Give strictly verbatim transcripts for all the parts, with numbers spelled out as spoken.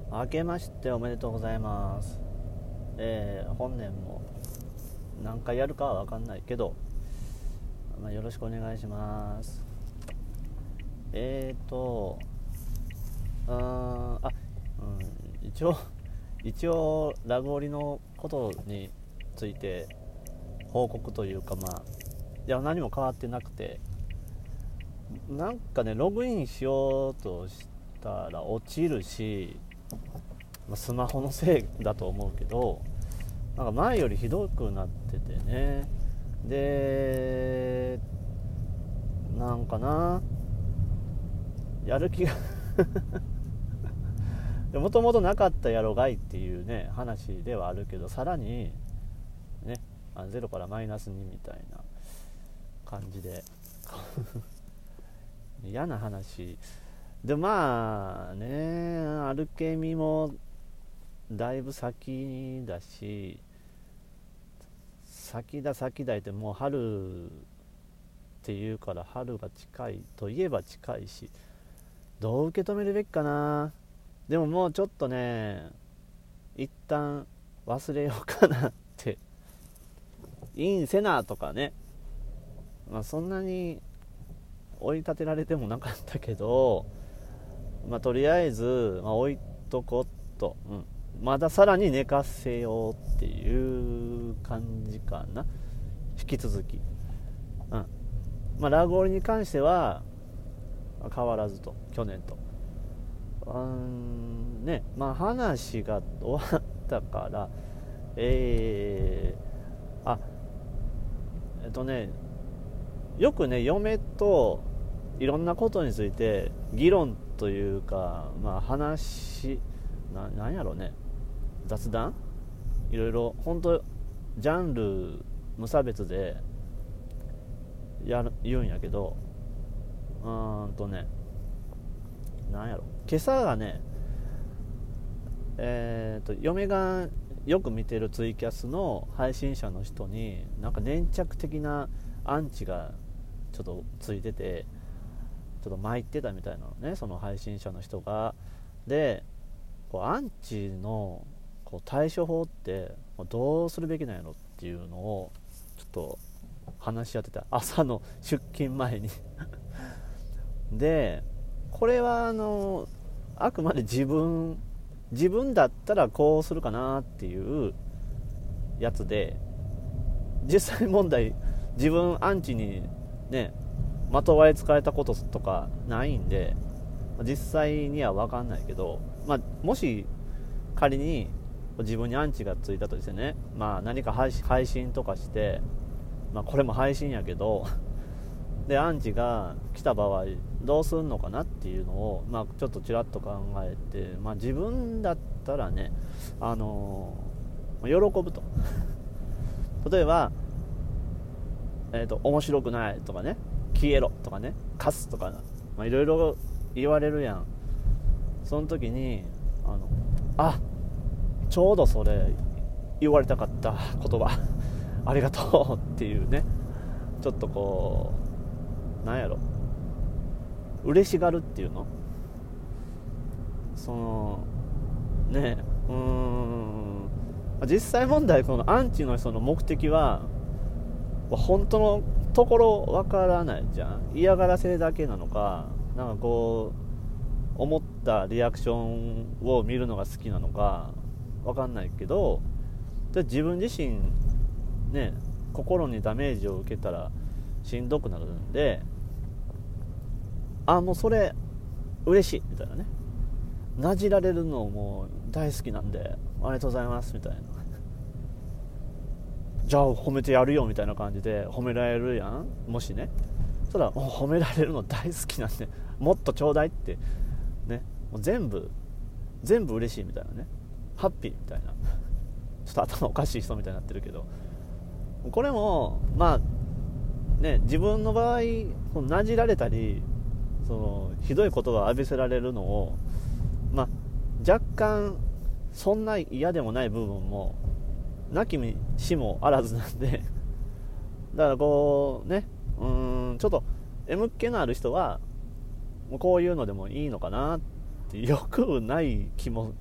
明けましておめでとうございます。えー、本年も何回やるかは分かんないけど、まあ、よろしくお願いします。えーとうーんあ、うん、一応一応ラグオリのことについて報告というか、まあいや何も変わってなくて、なんかねログインしようとしたら落ちるし、スマホのせいだと思うけど、なんか前よりひどくなっててね。でなんかなやる気がもともとなかったやろがいっていうね話ではあるけど、さらにねゼロからマイナスにみたいな感じで嫌な話で、まあねアルケミもだいぶ先だし、先だ先だってもう春っていうから春が近いといえば近いし、どう受け止めるべきかな。でももうちょっとね一旦忘れようかなって、いいんせなとかね、まあそんなに追い立てられてもなかったけど、まあとりあえず、まあ、置いとこっと、うん、まださらに寝かせようっていう感じかな。引き続き、うんまあ、ラグオリに関しては変わらずと、去年とうんね、まあ話が終わったから、えー、あえっとねよくね嫁といろんなことについて議論というか、まあ話ななんやろね雑談いろいろ本当ジャンル無差別でやる言うんやけど、うーんとねなんやろ今朝がねえーと嫁がよく見てるツイキャスの配信者の人になんか粘着的なアンチがちょっとついてて、ちょっと参ってたみたいなのね、その配信者の人が。でこうアンチのこう対処法ってどうするべきなんやろっていうのをちょっと話し合ってた、朝の出勤前にでこれはあのあくまで自分自分だったらこうするかなっていうやつで、実際問題自分アンチにねまとわりつかれたこととかないんで実際には分かんないけど、まあ、もし仮に自分にアンチがついたとしてね、まあ、何か配信、配信とかして、まあ、これも配信やけどでアンチが来た場合どうするのかなっていうのを、まあ、ちょっとちらっと考えて、まあ、自分だったらね、あのー、喜ぶと例えば、えーと、面白くないとかね、消えろとかね、カスとかいろいろ言われるやん。その時にあのあちょうどそれ言われたかった言葉ありがとうっていうね、ちょっとこうなんやろ嬉しがるっていうの、そのねうーん実際問題このアンチの人の目的は本当のところわからないじゃん。嫌がらせだけなのか、なんかこう思ったリアクションを見るのが好きなのかわかんないけど、で自分自身ね心にダメージを受けたらしんどくなるんで、あもうそれ嬉しいみたいなね、なじられるのもう大好きなんでありがとうございますみたいな、じゃあ褒めてやるよみたいな感じで褒められるやん。もしねそしたらもう褒められるの大好きなんでもっとちょうだいってね、もう全部全部嬉しいみたいなね、ハッピーみたいな、ちょっと頭おかしい人みたいになってるけど、これもまあね自分の場合なじられたりそのひどい言葉を浴びせられるのを、まあ若干そんな嫌でもない部分もなきにしもあらずなんで、だからこうねうーんちょっと M っ気のある人はもうこういうのでもいいのかなって、よくない気も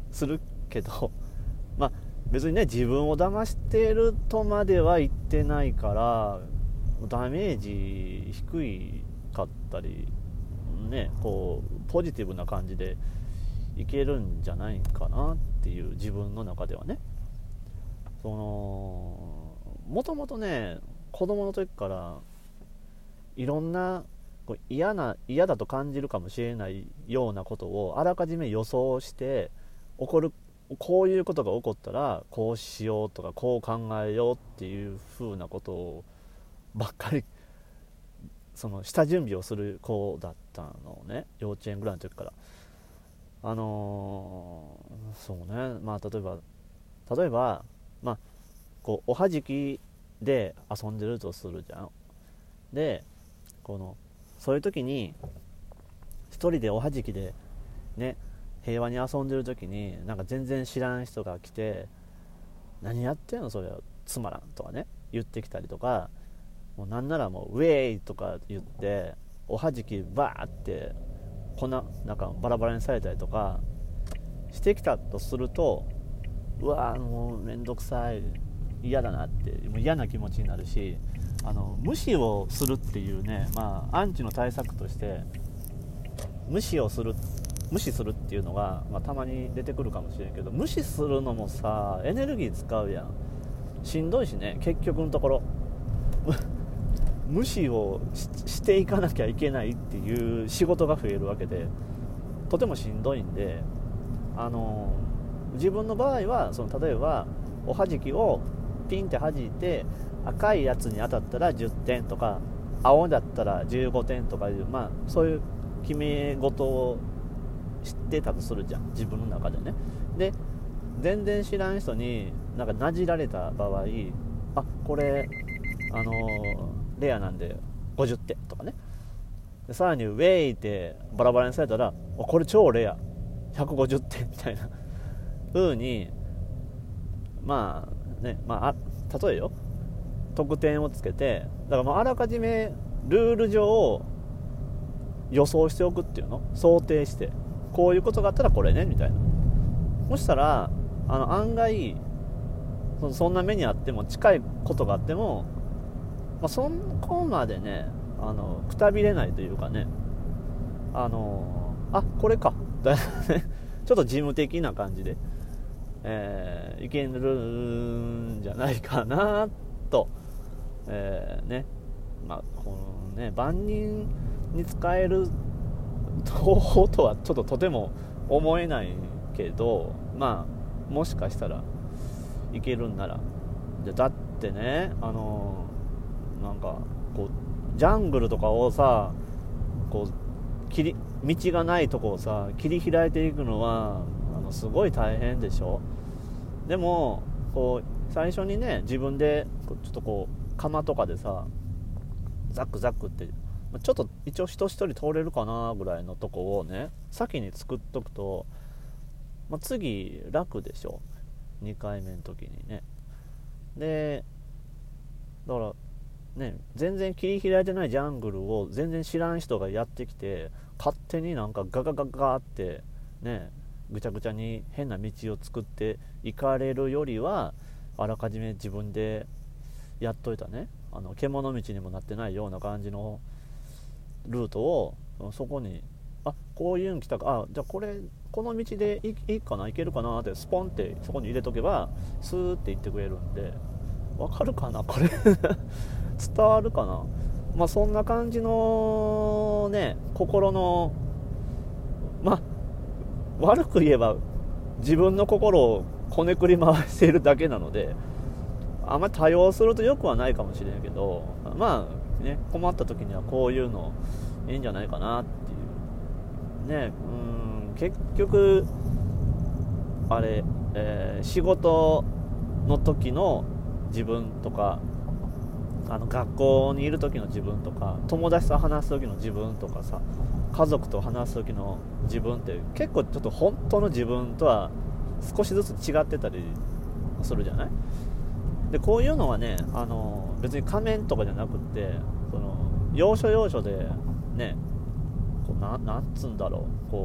するけど、まあ別にね自分を騙してるとまでは言ってないからダメージ低いかったりね、こうポジティブな感じでいけるんじゃないかなっていう、自分の中ではね。そのもともとね子供の時からいろんなこう嫌な嫌だと感じるかもしれないようなことをあらかじめ予想して起こる、こういうことが起こったらこうしようとかこう考えようっていう風なことをばっかりその下準備をする子だったのね、幼稚園ぐらいの時から。あのー、そうね、まあ例えば例えばまあこうおはじきで遊んでるとするじゃん。でこのそういう時に一人でおはじきでね平和に遊んでる時になんか全然知らん人が来て何やってんのそれはつまらんとかね言ってきたりとか、もうなんならもうウェイとか言っておはじきバーって粉なんかバラバラにされたりとかしてきたとすると、うわーもうめんどくさい嫌だなってもう嫌な気持ちになるし、あの無視をするっていうね、まあアンチの対策として無視をする無視するっていうのが、まあ、たまに出てくるかもしれんけど、無視するのもさエネルギー使うやん、しんどいしね結局のところ無視を し, していかなきゃいけないっていう仕事が増えるわけでとてもしんどいんで、あの自分の場合はその例えばおはじきをピンって弾いて赤いやつに当たったらじゅってんとか青だったらじゅうごてんとかいう、まあそういう決め事を知ってたとするじゃん自分の中でね。で全然知らん人になんかなじられた場合、あこれあのレアなんでごじゅってんとかね、でさらにウェイってバラバラにされたらこれ超レアひゃくごじゅってんみたいな風にまあね、まあ例えよ得点をつけて、だからもうあらかじめルール上予想しておくっていうの、想定してこういうことがあったらこれねみたいな。そしたらあの案外 そ, そんな目にあっても近いことがあっても、まあ、そこまでねあのくたびれないというかね、あのあこれかちょっと事務的な感じで、えー、いけるんじゃないかなと、えー、ねまあこのね万人に使える方法とはちょっととても思えないけど、まあもしかしたらいけるんなら、だってねあのなんかこうジャングルとかをさこう切り道がないとこをさ切り開いていくのはあのすごい大変でしょ。でもこう最初にね自分でちょっとこう釜とかでさザクザクってちょっと一応人一人通れるかなぐらいのとこをね先に作っとくと、まあ、次楽でしょにかいめの時にね。でだからね全然切り開いてないジャングルを全然知らん人がやってきて勝手になんかガガガガってねぐちゃぐちゃに変な道を作っていかれるよりは、あらかじめ自分でやっといたねあの獣道にもなってないような感じのルートをそこにあこういうん来たか、あじゃあこれこの道でいいかないけるかなってスポンってそこに入れとけばスーって行ってくれるんで、わかるかなこれ伝わるかな。まあそんな感じのね心のまあ悪く言えば自分の心をこねくり回しているだけなので、あんまり多用するとよくはないかもしれんけど、まあね困った時にはこういうのいいんじゃないかなっていうね。うん結局あれ、えー、仕事の時の自分とかあの学校にいる時の自分とか友達と話す時の自分とかさ家族と話す時の自分って結構ちょっと本当の自分とは少しずつ違ってたりするじゃない。でこういうのはねあの別に仮面とかじゃなくってその要所要所でねこう な, なんつうんだろうこう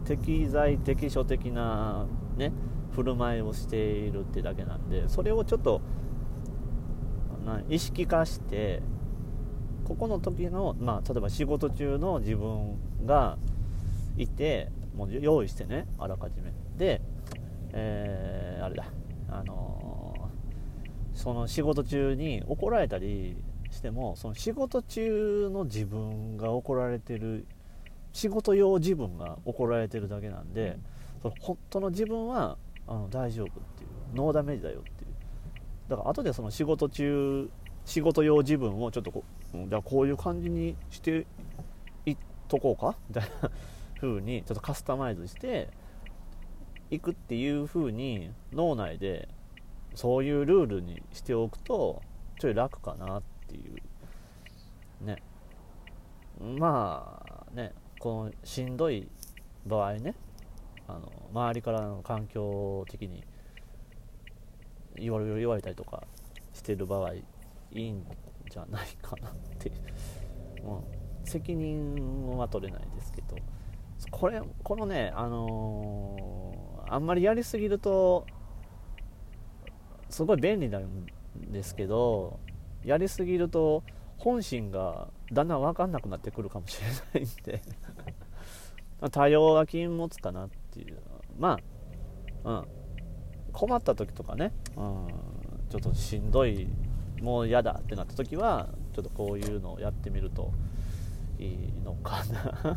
適材適所的なね振る舞いをしているってだけなんで、それをちょっとな意識化して、ここの時の、まあ、例えば仕事中の自分がいて、もう用意してね、あらかじめで、えー、あれだあのー、その仕事中に怒られたりしても、その仕事中の自分が怒られてる、仕事用自分が怒られてるだけなんで、その本当の自分はあの大丈夫っていう、ノーダメージだよっていう。だから後でその仕事中仕事用自分をちょっとこう、じゃあこういう感じにしていっとこうかみたいな風にちょっとカスタマイズしていくっていう風に脳内でそういうルールにしておくとちょい楽かなっていうね。まあね、このしんどい場合ね、あの周りからの環境的に言われ言われたりとかしてる場合いいんじゃないかなって、もう責任は取れないですけど、これこのね、あのー、あんまりやりすぎるとすごい便利なんですけど、やりすぎると本心がだんだん分かんなくなってくるかもしれないんで多様は禁物かなっていう。まあ、うん、困った時とかね、うん、ちょっとしんどい、もう嫌だってなった時はちょっとこういうのをやってみるといいのかな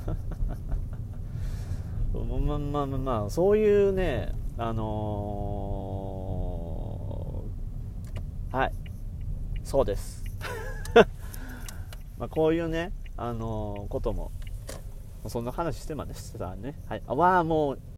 まあまあまあそういうね、あのー、はい、そうですまあこういうね、あのー、こともそんな話してまでしてたね。はい、あわあもう